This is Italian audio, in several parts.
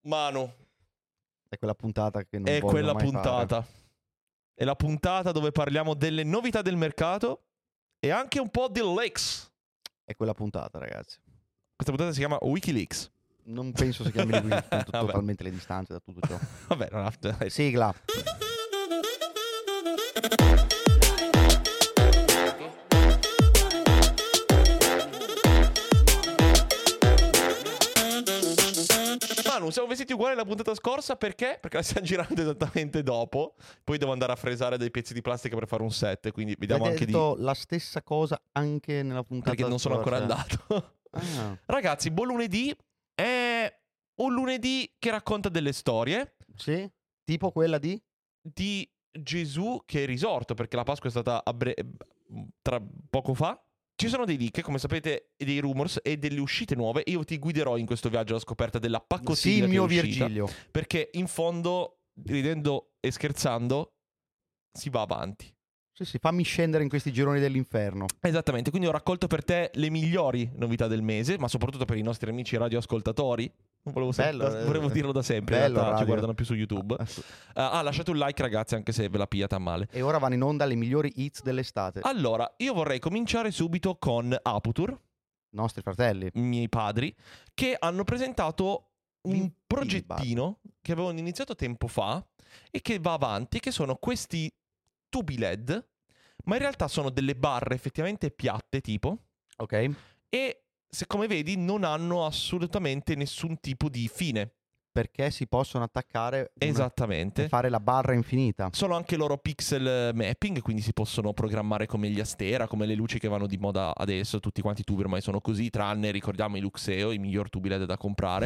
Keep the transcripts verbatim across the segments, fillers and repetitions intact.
Manu, È quella puntata che non è voglio quella mai puntata. fare. È la puntata dove parliamo delle novità del mercato e anche un po' di leaks. È quella puntata, ragazzi. Questa puntata si chiama Wikileaks. Non penso si chiami Wiki, appunto, Vabbè. totalmente le distanze da tutto ciò. Vabbè, non ha... Sigla. Manu, siamo vestiti uguali alla puntata scorsa perché? Perché la stiamo girando esattamente dopo. Poi devo andare a fresare dei pezzi di plastica per fare un set, quindi vediamo Hai anche di... detto la stessa cosa anche nella puntata Perché non sono ancora scorsa. andato. Ah, Ragazzi, buon lunedì. È un lunedì che racconta delle storie sì? Tipo quella di? di Gesù che è risorto, perché la Pasqua è stata a bre- tra poco fa. Ci sono dei leak, come sapete, e dei rumors e delle uscite nuove. E io ti guiderò in questo viaggio alla scoperta della Sì, pacottiglia il mio che è uscita, Virgilio. perché in fondo, ridendo e scherzando, si va avanti. Sì, sì, fammi scendere in questi gironi dell'inferno. Esattamente, quindi ho raccolto per te le migliori novità del mese, ma soprattutto per i nostri amici radioascoltatori. Non volevo, sem- Bello, da- volevo eh, dirlo da sempre, in bello, realtà ci radio. guardano più su YouTube. Uh, ah, lasciate un like ragazzi, anche se ve la pigliate a male. E ora vanno in onda le migliori hits dell'estate. Allora, io vorrei cominciare subito con Aputur, Nostri fratelli. i miei padri, che hanno presentato un L'Infini progettino che avevano iniziato tempo fa e che va avanti, che sono questi tubi L E D, ma in realtà sono delle barre effettivamente piatte tipo, Ok. e se come vedi non hanno assolutamente nessun tipo di fine. Perché si possono attaccare una- Esattamente. e fare la barra infinita. Sono anche loro pixel mapping, quindi si possono programmare come gli Astera, come le luci che vanno di moda adesso. Tutti quanti i tubi ormai sono così, tranne, ricordiamo, i Luxeo, i miglior tubi L E D da comprare.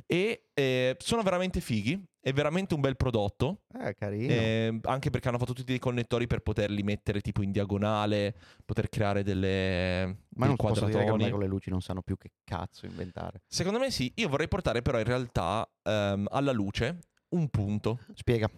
E eh, sono veramente fighi, è veramente un bel prodotto. Eh, carino. Eh, anche perché hanno fatto tutti dei connettori per poterli mettere tipo in diagonale, poter creare delle Ma dei non posso dire che ormai quadratoni. con le luci non sanno più che cazzo inventare. Secondo me sì, io vorrei portare però in realtà ehm, alla luce un punto. Spiega.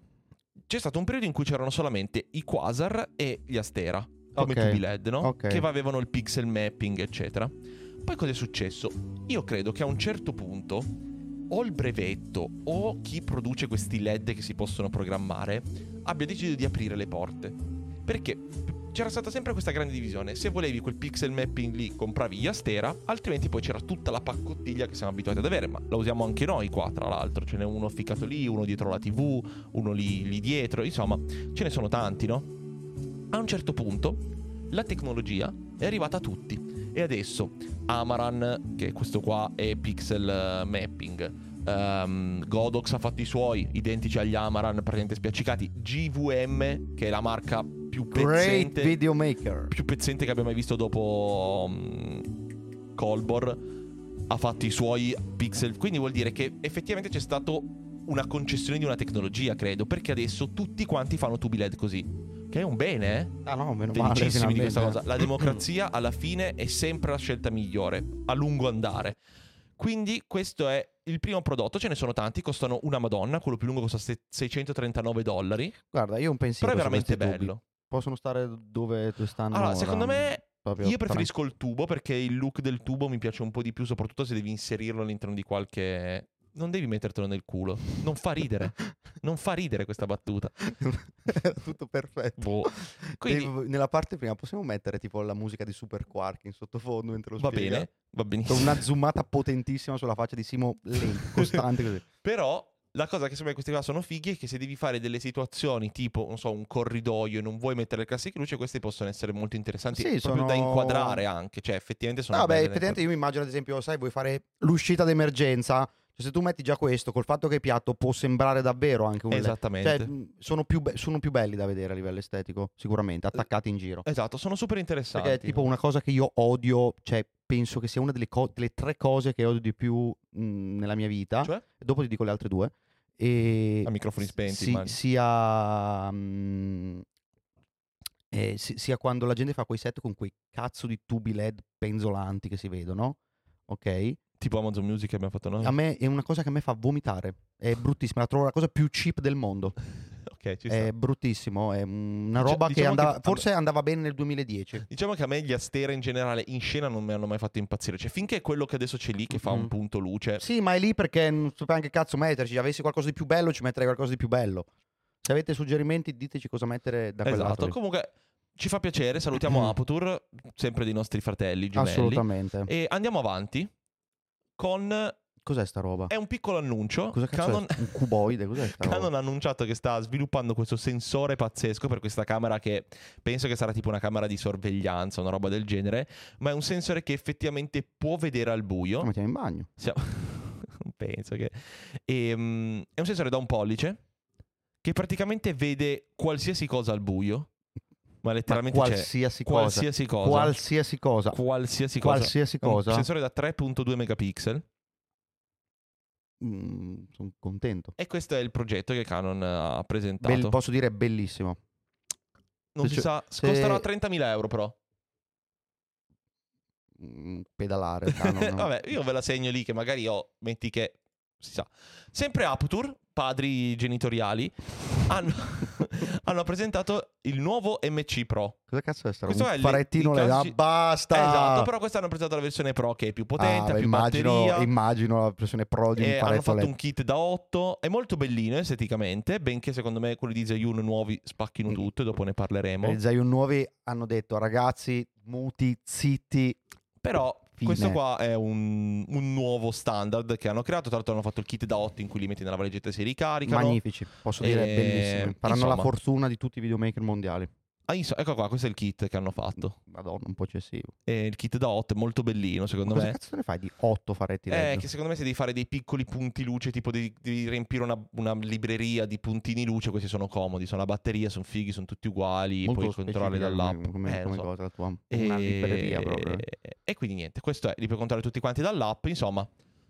C'è stato un periodo in cui c'erano solamente i quasar e gli Astera, come Ok, tubi L E D, no? ok. Che avevano il pixel mapping, eccetera. Poi cosa è successo? Io credo che a un certo punto o il brevetto o chi produce questi L E D che si possono programmare abbia deciso di aprire le porte. Perché c'era stata sempre questa grande divisione. Se volevi quel pixel mapping lì, compravi gli Astera, altrimenti poi c'era tutta la paccottiglia che siamo abituati ad avere. Ma la usiamo anche noi qua, tra l'altro. Ce n'è uno ficcato lì, uno dietro la tivù, uno lì, lì dietro. Insomma, ce ne sono tanti, no? A un certo punto la tecnologia è arrivata a tutti. E adesso Amaran, che questo qua è pixel mapping, um, Godox ha fatto i suoi, identici agli Amaran, praticamente spiaccicati. G V M, che è la marca più Great pezzente, video maker. più pezzente che abbia mai visto dopo um, Colbor, ha fatto i suoi pixel. Quindi vuol dire che effettivamente c'è stato una concessione di una tecnologia, credo, perché adesso tutti quanti fanno tubi L E D così. Che è un bene, eh? Ah no, meno male. Felicissimi di questa finalmente. cosa. La democrazia alla fine è sempre la scelta migliore, a lungo andare. Quindi questo è il primo prodotto, ce ne sono tanti, costano una madonna, quello più lungo costa se- seicentotrentanove dollari, Guarda, io ho un pensiero però è su veramente questi tubi. bello. Possono stare dove, dove stanno Allora, ora, secondo me proprio io tra- preferisco il tubo perché il look del tubo mi piace un po' di più, soprattutto se devi inserirlo all'interno di qualche... Non devi mettertelo nel culo, non fa ridere, non fa ridere questa battuta. Era tutto perfetto. Boh. Quindi Devo- nella parte prima possiamo mettere tipo la musica di Super Quark in sottofondo mentre lo va spiega? bene, va Con benissimo. una zoomata potentissima sulla faccia di Simo, lento, costante così. Però la cosa che sembra che questi qua sono fighi è che se devi fare delle situazioni tipo, non so, un corridoio e non vuoi mettere le classiche luci, queste possono essere molto interessanti, Sì, proprio sono- da inquadrare anche, cioè effettivamente sono No, beh, belle da effettivamente io mi immagino ad esempio, sai, vuoi fare l'uscita d'emergenza, cioè se tu metti già questo, col fatto che è piatto può sembrare davvero anche un... Esattamente. Cioè, mh, sono più, be- sono più belli da vedere a livello estetico, sicuramente, attaccati in giro. Esatto, sono super interessanti. Perché è tipo una cosa che io odio, cioè penso che sia una delle, co- delle tre cose che odio di più mh, nella mia vita. Cioè? Dopo ti dico le altre due. E A microfoni spenti, si- immagino. sia, mh, eh, si- sia quando la gente fa quei set con quei cazzo di tubi L E D penzolanti che si vedono, ok? Tipo Amazon Music che abbiamo fatto noi. A me è una cosa che a me fa vomitare. È bruttissima, la trovo la cosa più cheap del mondo. Ok, ci sta. È bruttissimo, è una Dici- roba che diciamo andava, che- forse andava bene nel duemiladieci. Diciamo che a me gli Astera in generale in scena non mi hanno mai fatto impazzire. Cioè, finché è quello che adesso c'è lì, che fa Mhm. un punto luce. Sì, ma è lì perché non sapeva anche cazzo metterci. Avessi qualcosa di più bello, ci metterei qualcosa di più bello. Se avete suggerimenti, diteci cosa mettere da quell'altro. Esatto. lì. Comunque, ci fa piacere. Salutiamo Aputur, sempre dei nostri fratelli gemelli. Assolutamente. E andiamo avanti con... Cos'è sta roba? È un piccolo annuncio. Cosa cazzo Canon... è? Un cuboide? Cos'è sta roba? Canon ha annunciato che sta sviluppando questo sensore pazzesco per questa camera che penso che sarà tipo una camera di sorveglianza, una roba del genere, ma è un sensore che effettivamente può vedere al buio. Lo mettiamo in bagno. Siamo... penso che... E, um, è un sensore da un pollice che praticamente vede qualsiasi cosa al buio. Ma letteralmente Ma c'è qualsiasi cosa. qualsiasi cosa. Qualsiasi cosa. Qualsiasi cosa. Qualsiasi È un cosa. sensore da tre virgola due megapixel. Mm, sono contento. E questo è il progetto che Canon ha presentato. Bell- posso dire bellissimo. Non se si c'è- sa, se- costerà trentamila euro però. Mm, pedalare. Canon. Vabbè, io ve la segno lì che magari ho, metti che, si sa. Sempre Aputur, padri genitoriali, hanno, hanno presentato il nuovo M C Pro. Cosa cazzo è sta Questo roba? è Un il- farettino i le classici- ah, basta. Esatto, però quest'anno hanno presentato la versione Pro che è più potente, Ah, ha più immagino, batteria. immagino la versione pro di E un hanno faretto fatto L E D. un kit da otto, è molto bellino esteticamente, benché secondo me quelli di Zhiyun nuovi spacchino Mm. tutto e dopo ne parleremo. Per i Zhiyun nuovi hanno detto ragazzi muti, zitti. Però Fine. questo qua è un, un nuovo standard che hanno creato. Tra l'altro hanno fatto il kit da otto in cui li metti nella valigetta e si ricaricano. Magnifici, posso dire E- bellissimi. Faranno insomma. la fortuna di tutti i videomaker mondiali. Ah, inso- ecco qua, questo è il kit che hanno fatto. Madonna, un po' eccessivo. E il kit da otto è molto bellino secondo Ma cosa me. cazzo ne fai di otto faretti L E Eh, D? che secondo me se devi fare dei piccoli punti luce, tipo devi, devi riempire una, una libreria di puntini luce, questi sono comodi, sono la batteria, sono fighi, sono tutti uguali, Molto puoi controllarli specifica dall'app. come, come, Eh, lo come so. cosa la tua. Una E... libreria proprio. eh. E quindi niente, questo è, li puoi controllare tutti quanti dall'app, insomma.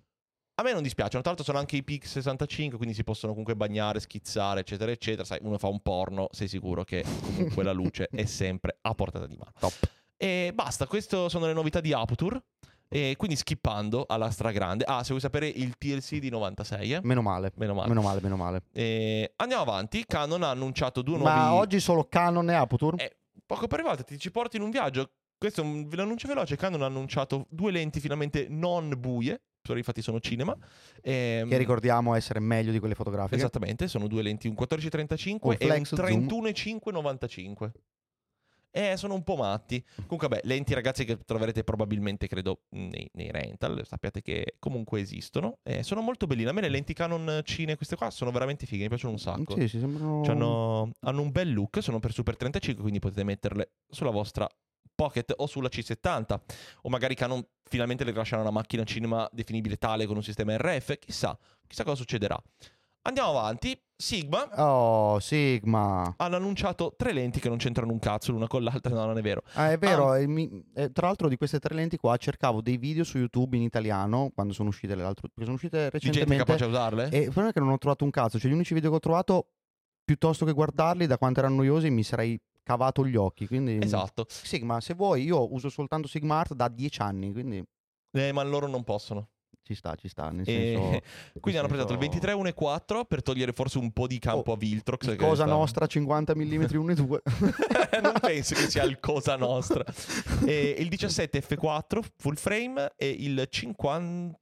A me non dispiacciono, tra l'altro sono anche i P X sessantacinque, quindi si possono comunque bagnare, schizzare, eccetera, eccetera. Sai, uno fa un porno, sei sicuro che comunque la luce è sempre a portata di mano. Top. E basta, queste sono le novità di Aputur. E quindi skippando alla stragrande. Ah, se vuoi sapere il T L C di novantasei, eh? Meno male. Meno male. Meno male, meno male. E andiamo avanti. Canon ha annunciato due nuovi... Ma oggi solo Canon e Aputur? Eh, poco per volta ti ci porti in un viaggio. Questo è un ve l'annuncio veloce. Canon ha annunciato due lenti finalmente non buie. Però infatti sono cinema. Ehm, Che ricordiamo essere meglio di quelle fotografiche. Esattamente, sono due lenti, un quattordici trentacinque Con e un flex, zoom. trentuno cinque novantacinque. Eh, sono un po' matti. Comunque, vabbè, lenti ragazzi che troverete probabilmente, credo, nei, nei rental. Sappiate che comunque esistono. Eh, sono molto belline. A me le lenti Canon Cine, queste qua, sono veramente fighe. Mi piacciono un sacco. Sì, sì, sembrano... Cioè, hanno, hanno un bel look, sono per Super trentacinque, quindi potete metterle sulla vostra Pocket o sulla C settanta. O magari Canon finalmente le rilascerà una macchina cinema definibile tale con un sistema R F. Chissà, chissà cosa succederà. Andiamo avanti. Sigma Oh, Sigma. hanno annunciato tre lenti che non c'entrano un cazzo l'una con l'altra. No, non è vero. Ah, è vero, Ah. e mi- eh, tra l'altro di queste tre lenti qua cercavo dei video su YouTube in italiano quando sono uscite le altre, perché sono uscite Di gente recentemente capace a usarle? e il problema è che non ho trovato un cazzo, cioè gli unici video che ho trovato piuttosto che guardarli da quanto erano noiosi mi sarei cavato gli occhi, quindi Esatto. Sigma, se vuoi io uso soltanto Sigma Art da dieci anni, quindi Eh, ma loro non possono. ci sta, ci sta, nel E- senso Quindi hanno senso- presentato il ventitré uno e quattro per togliere forse un po' di campo Oh, a Viltrox. il che Cosa sta- Nostra cinquanta millimetri uno e due. Non penso che sia il Cosa Nostra. E il diciassette F quattro full frame e il cinquanta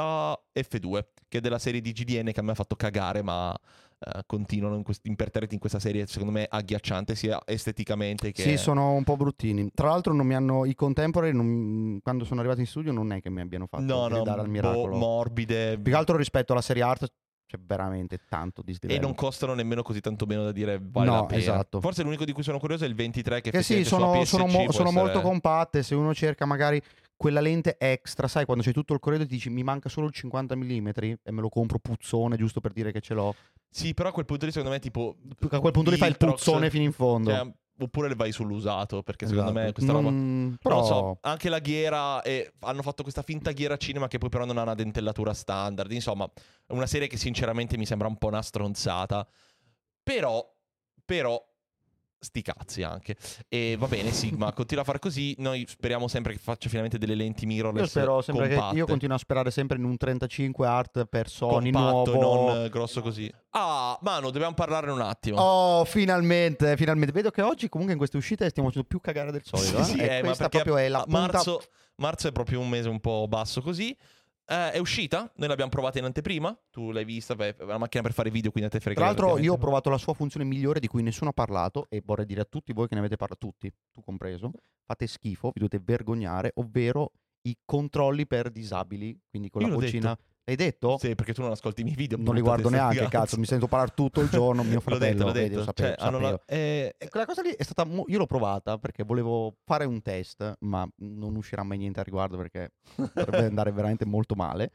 F due, che è della serie di G D N che a me ha fatto cagare, ma eh, continuano in quest- imperterriti in questa serie, secondo me agghiacciante sia esteticamente che... Sì, sono un po' bruttini. Tra l'altro non mi hanno i contemporary non- quando sono arrivati in studio non è che mi abbiano fatto No, no, gridare al boh, miracolo. morbide. Più che altro rispetto alla serie art c'è veramente tanto di E slivello. non costano nemmeno così tanto meno da dire vale No, la pena. esatto. Forse l'unico di cui sono curioso è il ventitré che Che sì, effettivamente sono, sulla P S C sono, mo- può sono essere- molto compatte. Se uno cerca magari quella lente extra, sai, quando c'è tutto il corredo e ti dici mi manca solo il cinquanta millimetri e me lo compro puzzone giusto per dire che ce l'ho. Sì, però a quel punto lì secondo me tipo... A quel punto lì fai il Viltrox, puzzone fino in fondo. cioè, oppure le vai sull'usato, perché secondo Esatto. me questa roba... Non- Però Non lo so, anche la ghiera, e hanno fatto questa finta ghiera cinema che poi però non ha una dentellatura standard. Insomma, è una serie che sinceramente mi sembra un po' una stronzata. Però, però, sti cazzi anche. E va bene, Sigma, continua a fare così. Noi speriamo sempre che faccia finalmente delle lenti mirrorless. Io spero sempre compatte. che io continuo a sperare sempre in un trentacinque art per Sony compatto, nuovo. non grosso così. Ah, mano, dobbiamo parlarne un attimo. Oh, finalmente, finalmente. Vedo che oggi comunque in queste uscite stiamo facendo più cagare del solito. Sì, eh? sì, E eh, ma questa perché proprio è la punta... marzo, marzo è proprio un mese un po' basso così. Eh, è uscita, noi l'abbiamo provata in anteprima. Tu l'hai vista, beh, è una macchina per fare video, quindi a te frega. Tra l'altro io ho relativamente provato la sua funzione migliore di cui nessuno ha parlato e vorrei dire a tutti voi che ne avete parlato, tutti, tu compreso, fate schifo, vi dovete vergognare, ovvero i controlli per disabili, quindi con Io la l'ho vocina... detto. L'hai detto? Sì, perché tu non ascolti i miei video. Non li puta, guardo testa di neanche, cazzo. cazzo, mi sento parlare tutto il giorno, mio L'ho detto, fratello, l'ho vedi, detto. lo sapevo, Cioè, hanno sapevo. la- eh, E quella cosa lì è stata... mo- io l'ho provata perché volevo fare un test, ma non uscirà mai niente a riguardo perché potrebbe andare veramente molto male.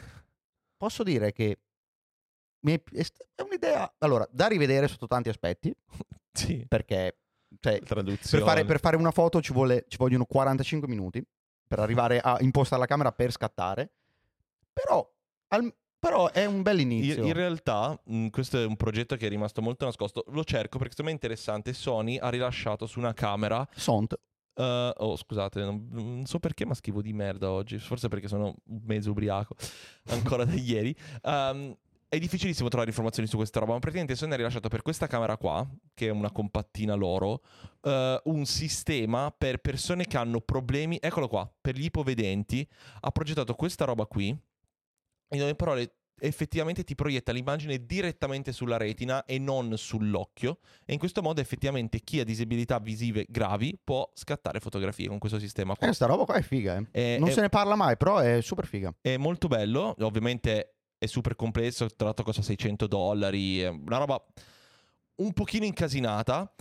Posso dire che mi è, è st- è un'idea, allora, da rivedere sotto tanti aspetti, Sì, perché cioè, per, traduzione. fare, per fare una foto ci, vuole, ci vogliono quarantacinque minuti per arrivare a impostare la camera per scattare, però, al- però è un bel In, inizio. in realtà, mh, questo è un progetto che è rimasto molto nascosto. Lo cerco perché secondo me è interessante. Sony ha rilasciato su una camera. Sont. eh, oh, scusate, non, non so perché, ma scrivo di merda oggi. Forse perché sono mezzo ubriaco ancora da ieri. Um, È difficilissimo trovare informazioni su questa roba, ma praticamente Sony ha rilasciato per questa camera qua, che è una compattina loro, eh, un sistema per persone che hanno problemi, eccolo qua, per gli ipovedenti, ha progettato questa roba qui, in dove parole effettivamente ti proietta l'immagine direttamente sulla retina e non sull'occhio, e in questo modo effettivamente chi ha disabilità visive gravi può scattare fotografie con questo sistema qua. Questa roba qua è figa, eh. È- non è- se ne parla mai, però è super figa. È molto bello, ovviamente è super complesso, tra l'altro costa seicento dollari, è una roba un pochino incasinata,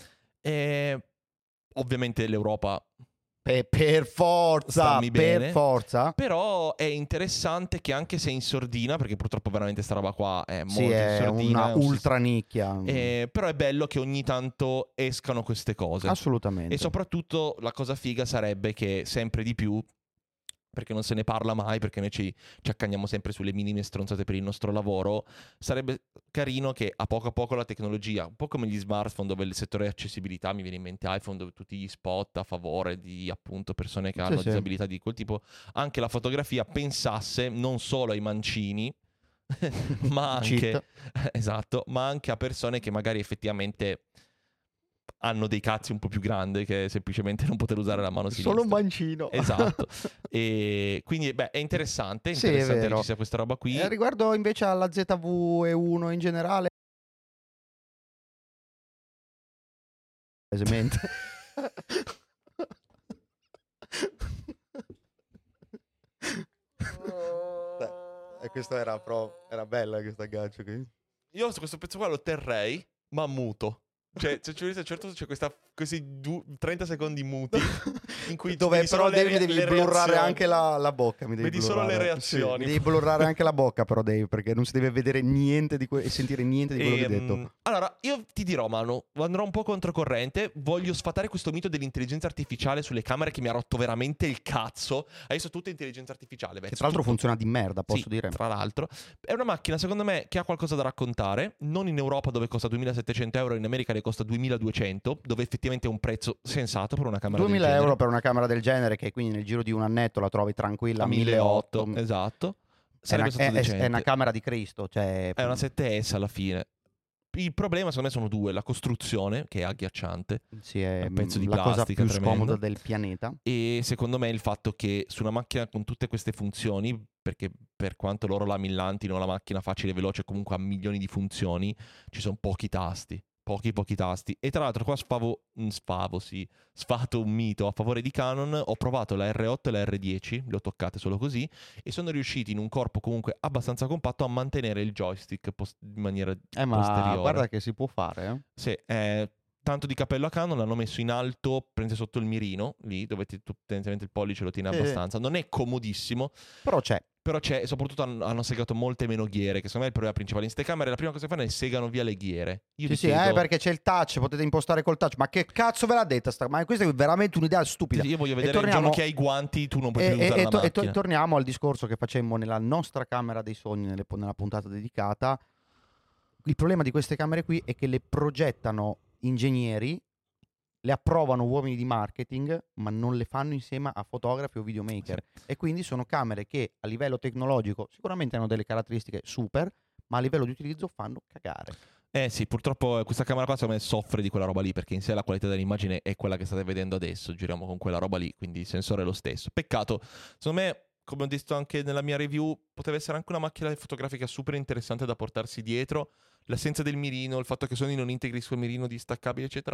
e ovviamente l'Europa Pe- per forza, Stammi per bene. forza. Però è interessante che anche se in sordina, perché purtroppo veramente sta roba qua è molto Sì, in è sordina, una è un ultra nicchia. sis- eh, però è bello che ogni tanto escano queste cose. Assolutamente. E soprattutto la cosa figa sarebbe che sempre di più, perché non se ne parla mai, perché noi ci, ci accanniamo sempre sulle minime stronzate per il nostro lavoro, sarebbe carino che a poco a poco la tecnologia, un po' come gli smartphone dove il settore accessibilità, mi viene in mente iPhone, dove tutti gli spot a favore di appunto persone che Sì, hanno sì. disabilità di quel tipo, anche la fotografia pensasse non solo ai mancini, ma anche, Cheat. esatto, ma anche a persone che magari effettivamente hanno dei cazzi un po' più grandi che semplicemente non poter usare la mano sinistra. Solo un mancino. Esatto. E quindi beh, è interessante, è Sì, è interessante vero. che ci sia questa roba qui. E riguardo invece alla Z V E uno in generale, esattamente. E questo era pro, era bella questo aggancio qui. Io su questo pezzo qua lo terrei, ma muto. Cioè, se ci vedete, a un certo punto c'è questa, questi du- trenta secondi muti in cui Dove vedi solo però le- devi, devi le blurrare reazioni. anche la, la bocca. Mi devi Vedi solo le blurrare. reazioni. Sì, mi devi blurrare anche la bocca però Dave, perché non si deve vedere niente di que- e sentire niente di quello che hai Ehm, detto. Allora, io ti dirò, Manu, andrò un po' controcorrente. Voglio sfatare questo mito dell'intelligenza artificiale sulle camere che mi ha rotto veramente il cazzo. Adesso è tutta intelligenza artificiale. Che tra l'altro tutto. funziona di merda, posso Sì, dire. tra l'altro. È una macchina, secondo me, che ha qualcosa da raccontare. Non in Europa, dove costa duemilasettecento euro, in America ne costa duemiladuecento, dove effettivamente è un prezzo sensato per una camera del duemila genere. euro per una camera del genere, che quindi nel giro di un annetto la trovi tranquilla A a milleottocento, milleottocento. esatto. È Sarebbe una, stato è- è- decente. è una camera di Cristo. Cioè... È una sette S alla fine. Il problema, secondo me, sono due: la costruzione, che è agghiacciante, Sì, è un pezzo di la cosa plastica più tremendo. scomoda del pianeta. e secondo me il fatto che su una macchina con tutte queste funzioni, perché per quanto loro la millantino la macchina facile e veloce, comunque ha milioni di funzioni, ci sono pochi tasti. Pochi pochi tasti. E tra l'altro qua sfavo, mm, sfavo sì, sfato un mito a favore di Canon. Ho provato la R otto e la R dieci, le ho toccate solo così, e sono riusciti in un corpo comunque abbastanza compatto a mantenere il joystick post- in maniera Eh, ma posteriore. guarda che si può fare, eh. Sì, eh, tanto di cappello a Canon, l'hanno messo in alto, prende sotto il mirino, lì dove ti, tu, tendenzialmente il pollice lo tiene Sì. abbastanza. Non è comodissimo, Però c'è. però c'è, e soprattutto hanno, hanno segato molte meno ghiere, che secondo me è il problema principale. In ste camere la prima cosa che fanno è segano via le ghiere. Io Sì, vi sì, chiedo- eh, perché c'è il touch, potete impostare col touch. Ma che cazzo ve l'ha detta sta? Ma questa è veramente un'idea stupida. Io voglio E vedere il torniamo- giorno che hai i guanti, tu non puoi E, più e- usare e la to- e to- macchina. torniamo al discorso che facemmo nella nostra camera dei sogni, nelle- nella puntata dedicata. Il problema di queste camere qui è che le progettano ingegneri le approvano uomini di marketing, ma non le fanno insieme a fotografi o videomaker. Sì. E quindi sono camere che a livello tecnologico sicuramente hanno delle caratteristiche super, ma a livello di utilizzo fanno cagare. Eh sì, purtroppo questa camera qua secondo me soffre di quella roba lì, perché in sé la qualità dell'immagine è quella che state vedendo adesso, giriamo con quella roba lì, quindi il sensore è lo stesso. Peccato, secondo me, come ho detto anche nella mia review, poteva essere anche una macchina fotografica super interessante da portarsi dietro, l'assenza del mirino, il fatto che Sony non integri il suo mirino distaccabile, eccetera,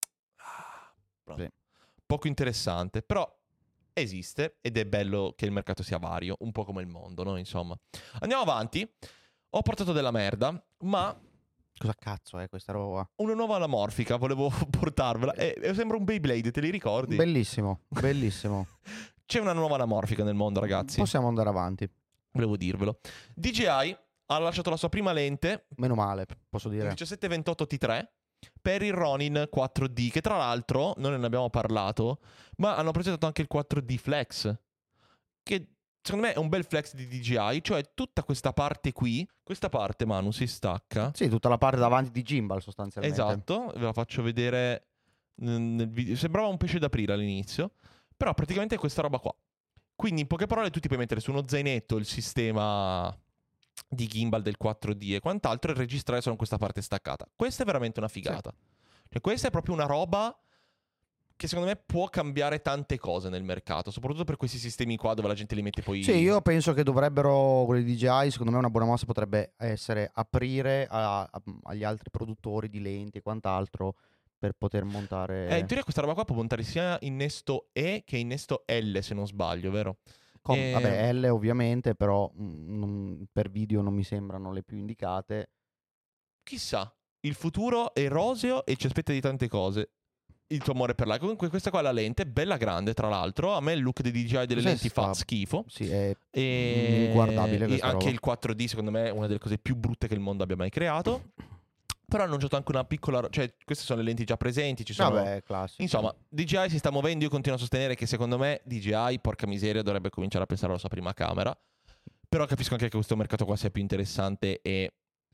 ah, Sì. poco interessante, però esiste ed è bello che il mercato sia vario, un po' come il mondo, no? Insomma. Andiamo avanti, ho portato della merda, ma... Cosa cazzo è questa roba? Una nuova anamorfica, volevo portarvela. E, e sembra un Beyblade, te li ricordi? Bellissimo, bellissimo. C'è una nuova anamorfica nel mondo, ragazzi. Possiamo andare avanti. Volevo dirvelo. D J I ha lasciato la sua prima lente, Meno male, posso il dire. diciassette ventotto T tre, per il Ronin quattro D, che tra l'altro, noi non ne abbiamo parlato, ma hanno presentato anche il quattro D Flex, che... Secondo me è un bel flex di D J I, cioè tutta questa parte qui, questa parte, Manu, si stacca. Sì, tutta la parte davanti di gimbal sostanzialmente. Esatto, ve la faccio vedere nel video. Sembrava un pesce d'aprile all'inizio, però praticamente è questa roba qua. Quindi in poche parole tu ti puoi mettere su uno zainetto il sistema di gimbal del quattro D e quant'altro e registrare solo in questa parte staccata. Questa è veramente una figata. Sì. Cioè, questa è proprio una roba... che secondo me può cambiare tante cose nel mercato, soprattutto per questi sistemi qua dove la gente li mette poi... Sì, io penso che dovrebbero, con i D J I, secondo me una buona mossa potrebbe essere aprire a, a, agli altri produttori di lenti e quant'altro per poter montare... Eh, in teoria questa roba qua può montare sia innesto E che innesto L, se non sbaglio, vero? Com- E... Vabbè, L ovviamente, però mh, non, per video non mi sembrano le più indicate. Chissà, il futuro è roseo e ci aspetta di tante cose. Il tuo amore per la... Comunque questa qua è la lente, bella grande tra l'altro. A me il look dei D J I delle Cos'è lenti fa sta- schifo. Sì, è E... inguardabile e questa anche roba. il quattro D secondo me è una delle cose più brutte che il mondo abbia mai creato. Però hanno annunciato anche una piccola... Cioè, queste sono le lenti già presenti, ci sono... Vabbè, classico. Insomma, D J I si sta muovendo. Io continuo a sostenere che secondo me D J I, porca miseria, dovrebbe cominciare a pensare alla sua prima camera. Però capisco anche che questo mercato qua sia più interessante e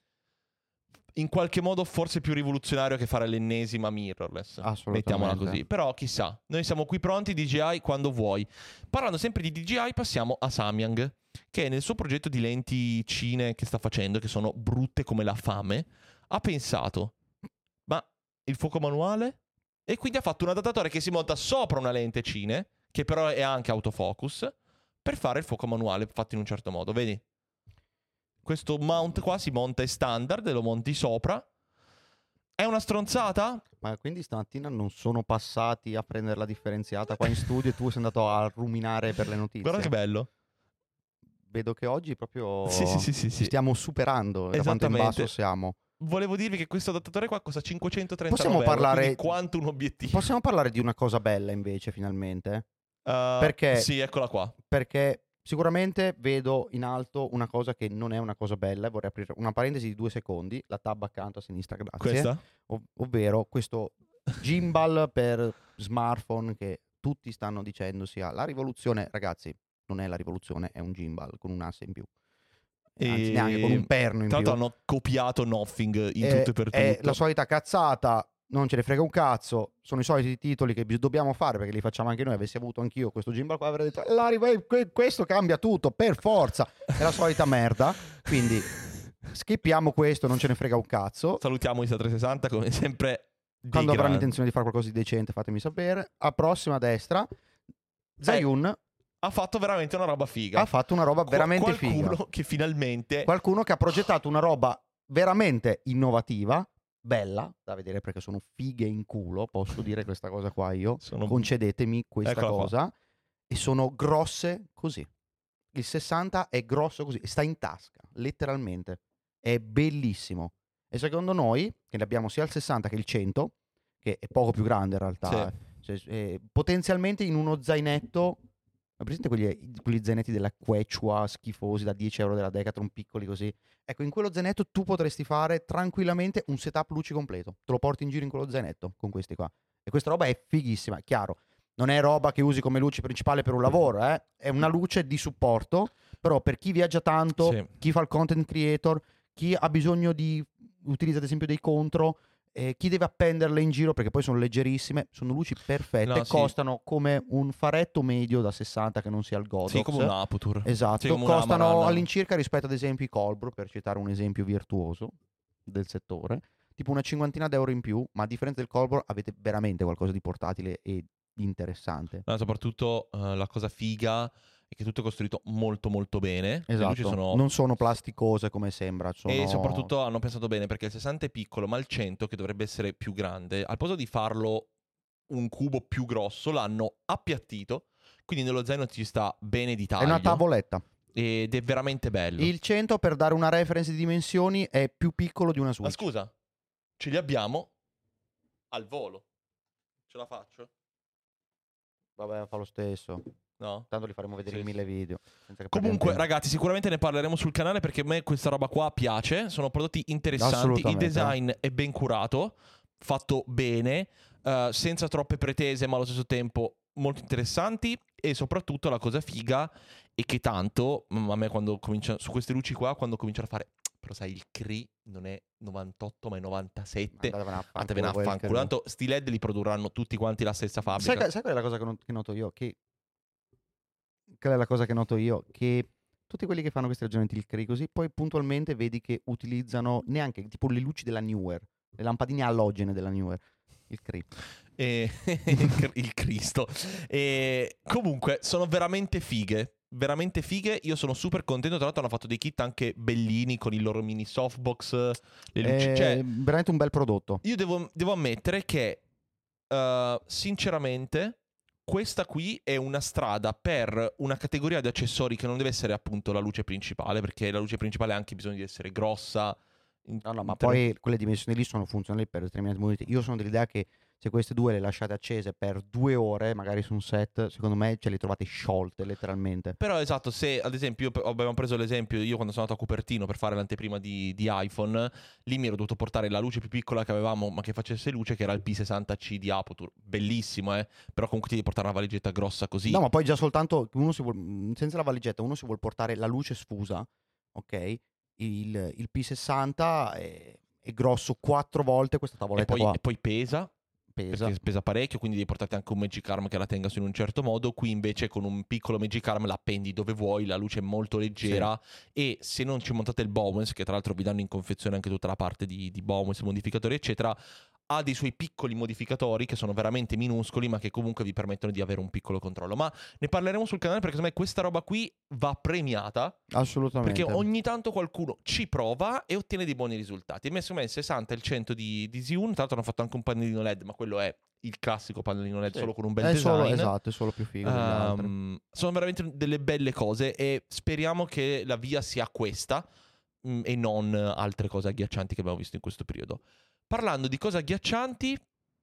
in qualche modo forse più rivoluzionario che fare l'ennesima mirrorless. Assolutamente. Mettiamola così. Però chissà, noi siamo qui pronti, D J I, quando vuoi. Parlando sempre di D J I, passiamo a Samyang, che nel suo progetto di lenti cine che sta facendo, che sono brutte come la fame, ha pensato, ma il fuoco manuale? E quindi ha fatto un adattatore che si monta sopra una lente cine, che però è anche autofocus, per fare il fuoco manuale fatto in un certo modo. Vedi? Questo mount qua si monta è standard e lo monti sopra. È una stronzata? Ma quindi stamattina non sono passati a prendere la differenziata qua in studio e tu sei andato a ruminare per le notizie? Guarda che bello. Vedo che oggi proprio Sì, sì, sì, sì, sì. stiamo superando da quanto in Esattamente. basso siamo. Volevo dirvi che questo adattatore qua costa cinquecentotrentanove Possiamo euro, parlare- quindi quanto un obiettivo. Possiamo parlare di una cosa bella invece finalmente? Uh, Perché- Sì, eccola qua. Perché sicuramente vedo in alto una cosa che non è una cosa bella e vorrei aprire una parentesi di due secondi, la tab accanto a sinistra, grazie. Questa? Ov- ovvero questo gimbal per smartphone che tutti stanno dicendo sia la rivoluzione. Ragazzi, non è la rivoluzione, è un gimbal con un asse in più. Anzi, E- neanche con un perno in Tra più. l'altro hanno copiato Nothing in È- tutto e per È tutto. la solita cazzata, non ce ne frega un cazzo. Sono i soliti titoli che bis- dobbiamo fare perché li facciamo anche noi. Avessi avuto anch'io questo gimbal qua, avrei detto "La riv- que- questo cambia tutto per forza". È la solita merda. Quindi skippiamo questo, non ce ne frega un cazzo. Salutiamo Insta trecentosessanta come sempre. dei Quando avranno grandi. intenzione di fare qualcosa di decente, fatemi sapere. A prossima destra, Zhiyun Ha fatto veramente una roba figa. ha fatto una roba Qua- veramente qualcuno figa. che finalmente Qualcuno che ha progettato una roba veramente innovativa, bella da vedere perché sono fighe in culo, posso dire questa cosa qua io. sono... Concedetemi questa Eccola qua. cosa. E sono grosse così. Il sessanta è grosso così, sta in tasca, letteralmente. È bellissimo. E secondo noi, che ne abbiamo sia il sessanta che il cento, che è poco più grande in realtà, Sì. cioè, eh, potenzialmente in uno zainetto. Ma presente quegli, quegli zainetti della Quechua schifosi da dieci euro della Decathlon, piccoli così? Ecco, in quello zainetto tu potresti fare tranquillamente un setup luci completo. Te lo porti in giro in quello zainetto con questi qua. E questa roba è fighissima, chiaro. Non è roba che usi come luce principale per un lavoro, eh? È una luce di supporto, però per chi viaggia tanto, Sì. chi fa il content creator, chi ha bisogno di utilizza ad esempio dei contro, eh, chi deve appenderle in giro, perché poi sono leggerissime, sono luci perfette, No, sì. costano come un faretto medio da sessanta che non sia il Godox. Sì, come un Aputure. Esatto, Sì, come una costano Amaran. all'incirca rispetto ad esempio i Colbro, per citare un esempio virtuoso del settore, tipo una cinquantina d'euro in più, ma a differenza del Colbro avete veramente qualcosa di portatile e interessante. No, soprattutto eh, la cosa figa è che tutto è costruito molto molto bene. Le luci Esatto, sono... non sono plasticose come sembra, sono... E soprattutto hanno pensato bene perché il sessanta è piccolo, ma il cento, che dovrebbe essere più grande, al posto di farlo un cubo più grosso, l'hanno appiattito, quindi nello zaino ci sta bene di È taglio. una tavoletta. Ed è veramente bello. Il cento, per dare una reference di dimensioni, è più piccolo di una Switch. Ma scusa, ce li abbiamo al volo. Ce la faccio? Vabbè, fa lo stesso. No? Tanto li faremo vedere Sì, in sì. mille video. senza che Comunque, perdiamo tempo. ragazzi, sicuramente ne parleremo sul canale perché a me questa roba qua piace. Sono prodotti interessanti. Il Assolutamente. design è ben curato, fatto bene, eh, senza troppe pretese, ma allo stesso tempo molto interessanti. E soprattutto la cosa figa è che tanto, mm, a me quando comincia su queste luci qua, quando cominciano a fare, però sai, il C R I non è novantotto ma è novantasette. Andatevene a fanculo, Andatevene a voi il fanculo. C R I. Tanto sti L E D li produrranno tutti quanti la stessa Sai, fabbrica. che- sai qual è la cosa che, not- che noto io? Che qual è la cosa che noto io? Che tutti quelli che fanno questi ragionamenti il C R I così, poi puntualmente vedi che utilizzano neanche tipo le luci della Newer, le lampadine alogene della Newer, il C R I. E il Cristo. E comunque sono veramente fighe. Veramente fighe. Io sono super contento. Tra l'altro hanno fatto dei kit anche bellini con i loro mini softbox. Le luci. È Cioè, veramente un bel prodotto. io devo, devo ammettere che uh, sinceramente questa qui è una strada per una categoria di accessori che non deve essere appunto la luce principale, perché la luce principale ha anche bisogno di essere grossa. No, no, ma inter- poi quelle dimensioni lì sono funzionali per determinati momenti. Io sono dell'idea che se queste due le lasciate accese per due ore, magari su un set, secondo me ce le trovate sciolte letteralmente. Però esatto, se ad esempio io, abbiamo preso l'esempio, io quando sono andato a Cupertino per fare l'anteprima di, di iPhone, lì mi ero dovuto portare la luce più piccola che avevamo, ma che facesse luce, che era il P sessanta C di Aputure. Bellissimo, eh? Però comunque ti devi portare una valigetta grossa così. No, ma poi già soltanto uno si vuol, senza la valigetta, uno si vuol portare la luce sfusa, ok? Il, il P sessanta è, è grosso quattro volte questa e, tavoletta poi, qua. e poi pesa, Pesa. perché pesa parecchio, quindi devi portarti anche un Magic Arm che la tenga su in un certo modo. Qui invece con un piccolo Magic Arm la appendi dove vuoi, la luce è molto leggera. E se non ci montate il Bowens, che tra l'altro vi danno in confezione anche tutta la parte di, di Bowens, modificatori eccetera, ha dei suoi piccoli modificatori che sono veramente minuscoli, ma che comunque vi permettono di avere un piccolo controllo. Ma ne parleremo sul canale perché secondo me questa roba qui va premiata. Assolutamente. Perché ogni tanto qualcuno ci prova e ottiene dei buoni risultati. E secondo me il sessanta e il cento di, di Zhiyun, tra l'altro hanno fatto anche un pannellino L E D, ma quello è il classico pannellino L E D, Sì. solo con un bel è design. solo, esatto, è solo più figo degli altri. Um, sono veramente delle belle cose e speriamo che la via sia questa mh, e non altre cose agghiaccianti che abbiamo visto in questo periodo. Parlando di cose agghiaccianti,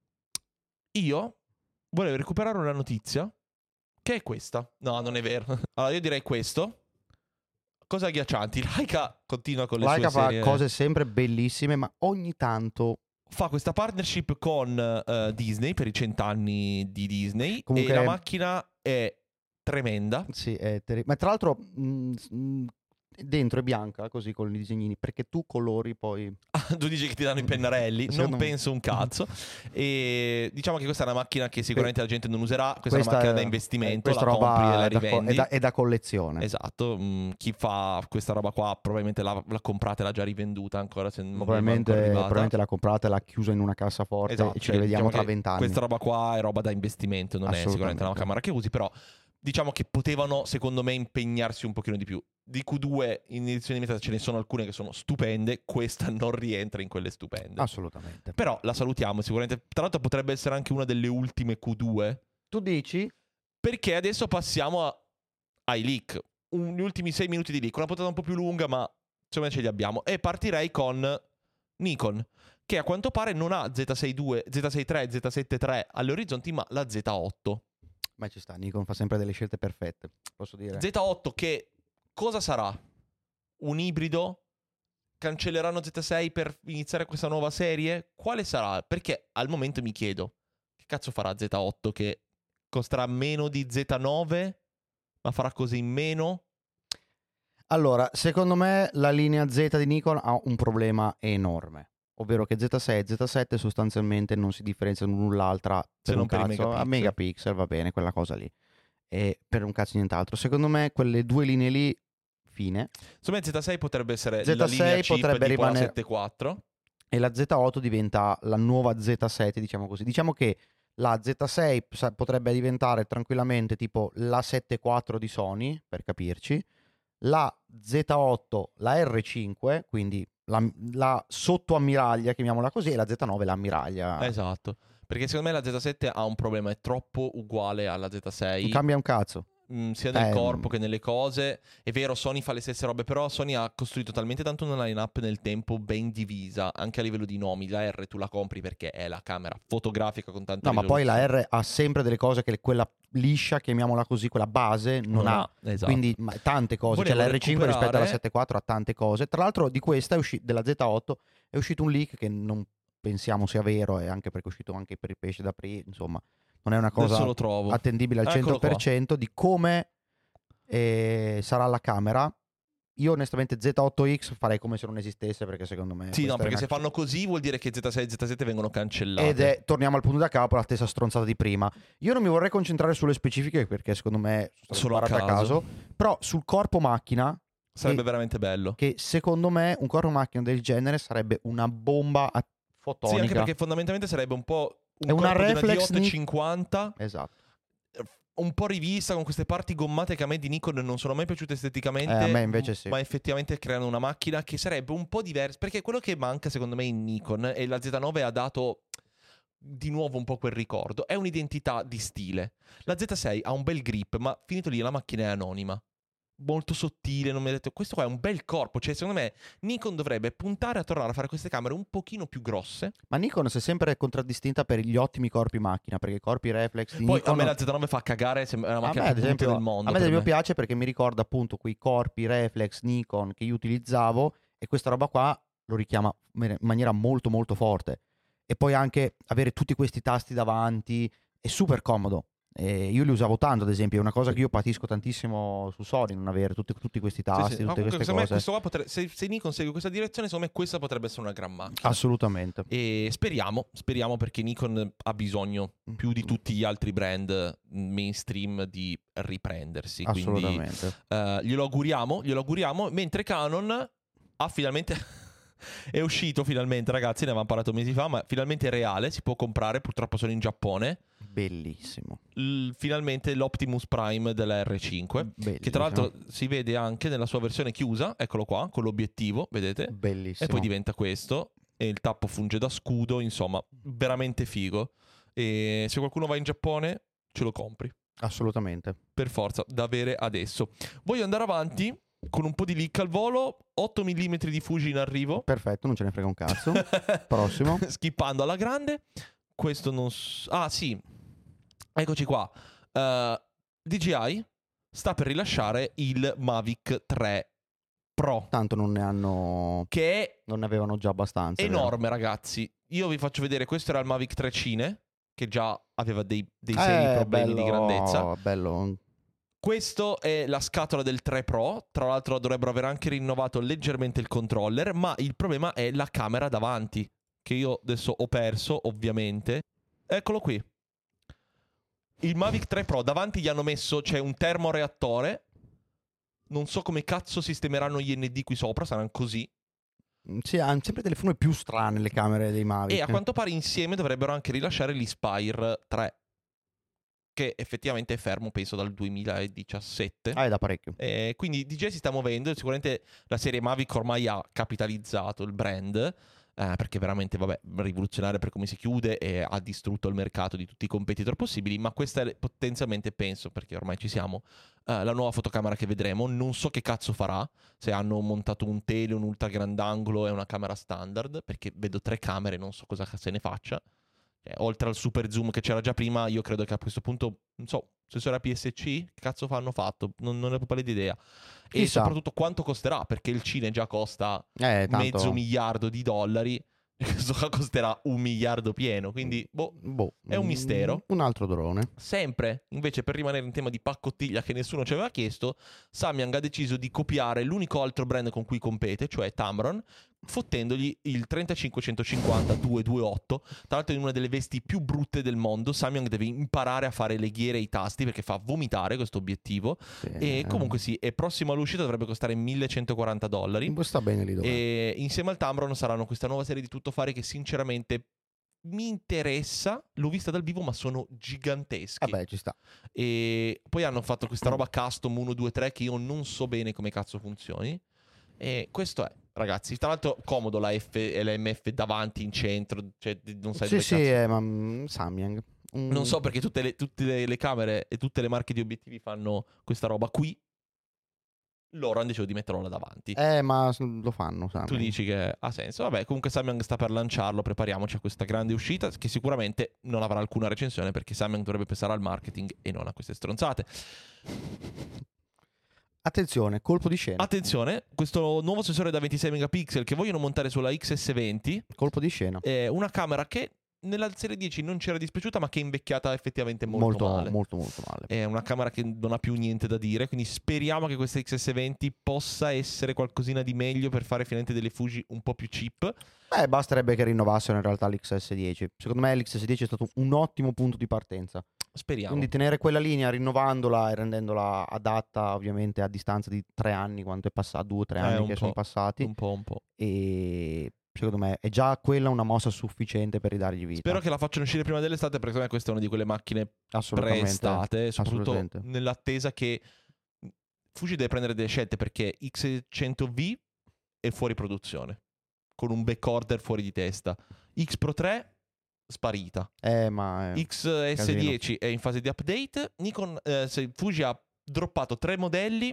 io volevo recuperare una notizia che è questa. No, non è vero. Allora io direi questo. Cose agghiaccianti. Laika continua con le Laika sue fa serie. cose sempre bellissime, ma ogni tanto Fa questa partnership con uh, Disney per i cent'anni di Disney. Comunque- E la macchina è tremenda. sì, è terri- ma tra l'altro mh, mh, dentro è bianca così con i disegnini, perché tu colori poi Ah, tu dici che ti danno i pennarelli, non Secondo me- penso un cazzo. E diciamo che questa è una macchina che sicuramente la gente non userà. Questa, è questa una macchina è- da eh, investimento, questa la roba compri e la è da, co- rivendi. è da- è da collezione. Esatto, mm, chi fa questa roba qua probabilmente l'ha, l'ha comprata e l'ha già rivenduta ancora se non Ma è mai probabilmente, ancora arrivata. probabilmente l'ha comprata e l'ha chiusa in una cassaforte Esatto, e ce cioè, le vediamo diciamo tra che vent'anni. Questa roba qua è roba da investimento, non è sicuramente una Assolutamente. camera che usi, però diciamo che potevano secondo me impegnarsi un pochino di più. Di Q due in edizione limitata ce ne sono alcune che sono stupende, questa non rientra in quelle stupende. Assolutamente. Però la salutiamo sicuramente. Tra l'altro potrebbe essere anche una delle ultime Q due, Tu dici? perché adesso passiamo a- ai leak. Un- gli ultimi sei minuti di leak, una puntata un po' più lunga, ma insomma ce li abbiamo. E partirei con Nikon, che a quanto pare non ha Z sessantadue, Z sessantatré, Z settantatré alle orizzonti, ma la Z otto. Ma ci sta, Nikon fa sempre delle scelte perfette, posso dire. Z otto che cosa sarà? Un ibrido? Cancelleranno Z sei per iniziare questa nuova serie? Quale sarà? Perché al momento mi chiedo, che cazzo farà Z otto che costerà meno di Z nove? Ma farà così in meno? Allora, secondo me la linea Z di Nikon ha un problema enorme, ovvero che Z sei e Z sette sostanzialmente non si differenziano l'un dall'altra Se per non un per i cazzo, a megapixel. megapixel va bene, quella cosa lì, e per un cazzo nient'altro. Secondo me quelle due linee lì, fine. Secondo me Z sei potrebbe essere Z sei la linea chip potrebbe tipo rimanere- la sette quattro. E la Z otto diventa la nuova Z sette, diciamo così. Diciamo che la Z sei sa- potrebbe diventare tranquillamente tipo la sette quattro di Sony, per capirci. La Z otto, la R cinque, quindi la, la sottoammiraglia, chiamiamola così, e la Z nove l'ammiraglia. Esatto. Perché secondo me la Z sette ha un problema, è troppo uguale alla Z sei. Non cambia un cazzo. Mm, sia nel Eh, corpo che nelle cose. È vero, Sony fa le stesse robe, però Sony ha costruito talmente tanto una line-up nel tempo ben divisa, anche a livello di nomi. La R tu la compri perché è la camera fotografica con tanta No, ma poi la risoluzione. R ha sempre delle cose che quella liscia, chiamiamola così, quella base, non, Non ha. ha, esatto. Quindi ma, tante cose. Volevo Cioè la R cinque rispetto alla recuperare- sette quattro ha tante cose. Tra l'altro di questa è usci- della Z otto è uscito un leak che non pensiamo sia vero, e anche perché è uscito anche per i pesci da pre, insomma, non è una Adesso cosa lo trovo. attendibile al Eccolo cento per qua. cento di come eh, sarà la camera. Io onestamente Z otto X farei come se non esistesse, perché secondo me Sì, no, questa è perché una- se fanno così vuol dire che Z sei e Z sette vengono cancellate. ed è, torniamo al punto da capo, la stessa stronzata di prima. Io non mi vorrei concentrare sulle specifiche perché secondo me sono Solo a sparate a caso. caso, però sul corpo macchina, Sarebbe che, veramente bello. che secondo me un corpo macchina del genere sarebbe una bomba a- fotonica. Sì, anche perché fondamentalmente sarebbe un po' un È una corpo di reflex D otto Ni- cinquanta, Esatto. un po' rivista con queste parti gommate che a me di Nikon non sono mai piaciute esteticamente. Eh, a me invece sì. Ma effettivamente creano una macchina che sarebbe un po' diversa. Perché quello che manca secondo me in Nikon, e la Z nove ha dato di nuovo un po' quel ricordo, è un'identità di stile. La Z sei ha un bel grip, ma finito lì la macchina è anonima. Molto sottile, non mi ha detto, questo qua è un bel corpo. Cioè secondo me Nikon dovrebbe puntare a tornare a fare queste camere un pochino più grosse. Ma Nikon si è sempre contraddistinta per gli ottimi corpi macchina, perché i corpi reflex di Poi Nikon... a me la Z nove fa cagare, sembra una A macchina me, più ad brutta esempio, del mondo. a me ad per esempio me. piace perché mi ricorda appunto quei corpi reflex Nikon che io utilizzavo, e questa roba qua lo richiama in maniera molto molto forte. E poi anche avere tutti questi tasti davanti è super comodo. E io li usavo tanto, ad esempio, è una cosa che io patisco tantissimo su Sony, non avere tutti, tutti questi Sì, tasti, sì. Ma tutte comunque, queste secondo me cose. questo qua potrebbe, se, se Nikon segue questa direzione, secondo me questa potrebbe essere una gran macchina. Assolutamente. E speriamo, speriamo perché Nikon ha bisogno più di tutti gli altri brand mainstream di riprendersi. Quindi Assolutamente. eh, glielo auguriamo, glielo auguriamo. Mentre Canon ha finalmente è uscito finalmente, ragazzi, ne avevamo parlato mesi fa, ma finalmente è reale, si può comprare, purtroppo sono in Giappone. Bellissimo. L- finalmente l'Optimus Prime della R cinque, Bellissimo. che tra l'altro si vede anche nella sua versione chiusa, eccolo qua, con l'obiettivo, vedete? Bellissimo. E poi diventa questo, e il tappo funge da scudo, insomma, veramente figo. E se qualcuno va in Giappone, ce lo compri, Assolutamente. per forza, da avere adesso. Voglio andare avanti con un po' di leak al volo, otto millimetri di Fuji in arrivo. Perfetto, non ce ne frega un cazzo. Prossimo. Skippando alla grande. Questo non... s- Ah, sì. Eccoci qua. Uh, D J I sta per rilasciare il Mavic tre Pro, Tanto non ne hanno... che è Non ne avevano già abbastanza. vero? enorme, ragazzi. Io vi faccio vedere, questo era il Mavic tre Cine, che già aveva dei, dei Eh, seri problemi bello, di grandezza. Bello. Questo è la scatola del tre Pro. Tra l'altro dovrebbero aver anche rinnovato leggermente il controller, ma il problema è la camera davanti, che io adesso ho perso, ovviamente. Eccolo qui. Il Mavic tre Pro davanti gli hanno messo, c'è un termoreattore. Non so come cazzo sistemeranno gli N D qui sopra, saranno così. Sì, hanno sempre delle forme più strane le camere dei Mavic. E a quanto pare insieme dovrebbero anche rilasciare l'Inspire tre, che effettivamente è fermo, penso, dal duemiladiciassette. Ah, è da parecchio. Eh, quindi D J I si sta muovendo. Sicuramente la serie Mavic ormai ha capitalizzato il brand, eh, perché veramente, vabbè, rivoluzionaria per come si chiude e ha distrutto il mercato di tutti i competitor possibili. Ma questa è potenzialmente, penso, perché ormai ci siamo, eh, la nuova fotocamera che vedremo. Non so che cazzo farà, se hanno montato un tele, un ultra grandangolo e una camera standard, perché vedo tre camere, non so cosa se ne faccia. Eh, oltre al super zoom che c'era già prima, io credo che a questo punto, non so, sensore A P S C, che cazzo hanno fatto? Non, non ne ho proprio l'idea. E Chissà. soprattutto quanto costerà, perché il Cine già costa Eh, tanto... mezzo miliardo di dollari, questo qua costerà un miliardo pieno, quindi boh, Boh, è un mistero. Un altro drone. Sempre, invece, per rimanere in tema di pacottiglia che nessuno ci aveva chiesto, Samyang ha deciso di copiare l'unico altro brand con cui compete, cioè Tamron, fottendogli il trentacinque centocinquanta due ventotto. Tra l'altro è una delle vesti più brutte del mondo. Samyang deve imparare a fare le ghiere e i tasti perché fa vomitare questo obiettivo. Sì, E comunque sì, è prossimo all'uscita, dovrebbe costare millecentoquaranta dollari. sta bene lì dove. E insieme al Tamron saranno questa nuova serie di tuttofare che sinceramente mi interessa. L'ho vista dal vivo, ma sono giganteschi. Vabbè, ci sta. E poi hanno fatto questa roba custom uno due tre che io non so bene come cazzo funzioni. E questo è, ragazzi. Tra l'altro comodo la F e la M F davanti in centro, cioè non sai Sì, dove sì, cazzo. eh, ma mm, Samyang. Mm. Non so perché tutte le, tutte le, le camere e tutte le marche di obiettivi fanno questa roba qui. Loro hanno deciso di metterlo là davanti. Eh, ma s- lo fanno, Samyang. Tu dici che ha senso. Vabbè, comunque Samyang sta per lanciarlo, prepariamoci a questa grande uscita che sicuramente non avrà alcuna recensione perché Samyang dovrebbe pensare al marketing e non a queste stronzate. Attenzione, colpo di scena. Attenzione, questo nuovo sensore da ventisei megapixel che vogliono montare sulla X S venti colpo di scena. è una camera che nella serie dieci non c'era dispiaciuta, ma che è invecchiata effettivamente molto, molto, male. molto, molto male. È una camera che non ha più niente da dire, quindi speriamo che questa X S venti possa essere qualcosina di meglio per fare finalmente delle Fuji un po' più cheap. Beh, basterebbe che rinnovassero in realtà l'X S dieci. Secondo me l'X S dieci è stato un ottimo punto di partenza. Speriamo. Quindi tenere quella linea, rinnovandola e rendendola adatta ovviamente a distanza di tre anni, quanto è passato, due o tre Eh, anni un che po', sono passati. Un po', un po'. E secondo me è già quella una mossa sufficiente per ridargli vita. Spero che la facciano uscire prima dell'estate, perché secondo me questa è una di quelle macchine Assolutamente. pre-estate, soprattutto Assolutamente. nell'attesa che Fuji deve prendere delle scelte, perché X cento V è fuori produzione, con un backorder fuori di testa. X Pro tre sparita. Eh, ma è X S dieci è in fase di update. Nikon, eh, se Fuji ha droppato tre modelli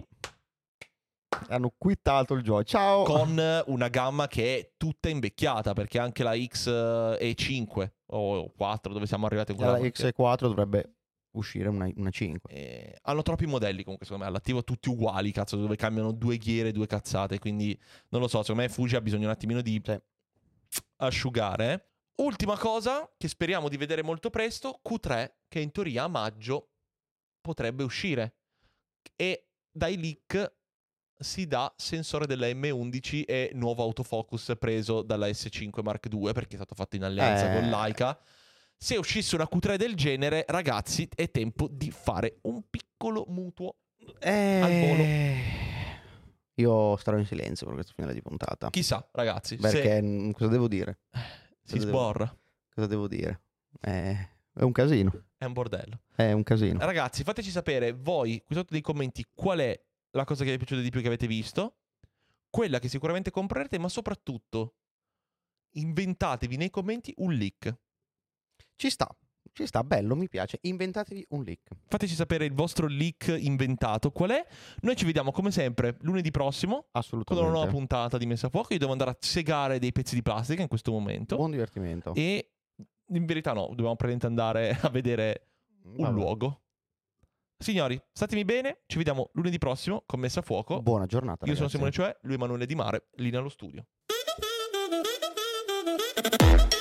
hanno quittato il gioco. Ciao. con una gamma che è tutta invecchiata, perché anche la X E cinque o quattro, dove siamo arrivati ancora, la X E quattro dovrebbe uscire una, una cinque. eh, hanno troppi modelli comunque secondo me all'attivo, tutti uguali, cazzo, dove cambiano due ghiere, due cazzate, quindi non lo so, secondo me Fuji ha bisogno un attimino di Sì. asciugare. Ultima cosa che speriamo di vedere molto presto, Q tre, che in teoria a maggio potrebbe uscire, e dai leak si dà sensore della M undici e nuovo autofocus preso dalla S cinque Mark due, perché è stato fatto in alleanza Eh. con Leica. Se uscisse una Q tre del genere, ragazzi, è tempo di fare un piccolo mutuo Eh, al volo. Io starò in silenzio per questo finale di puntata. Chissà, ragazzi, Perché se mm, cosa devo dire? si devo- sborra. Cosa devo dire? Eh, è un casino. È un bordello. È un casino. Ragazzi, fateci sapere voi qui sotto nei commenti qual è la cosa che vi è piaciuta di più che avete visto, quella che sicuramente comprerete, ma soprattutto inventatevi nei commenti un leak. Ci sta. Ci sta, bello, mi piace. Inventatevi un leak. Fateci sapere il vostro leak inventato qual è. Noi ci vediamo come sempre lunedì prossimo con una Assolutamente. nuova puntata di Messa a Fuoco. Io devo andare a segare dei pezzi di plastica in questo momento. Buon divertimento. E in verità no, dobbiamo praticamente andare a vedere un Vabbè. luogo. Signori, statemi bene, ci vediamo lunedì prossimo con Messa a Fuoco. Buona giornata. Io sono ragazzi. Simone Cioè, lui è Emanuele Di Mare, linea allo studio.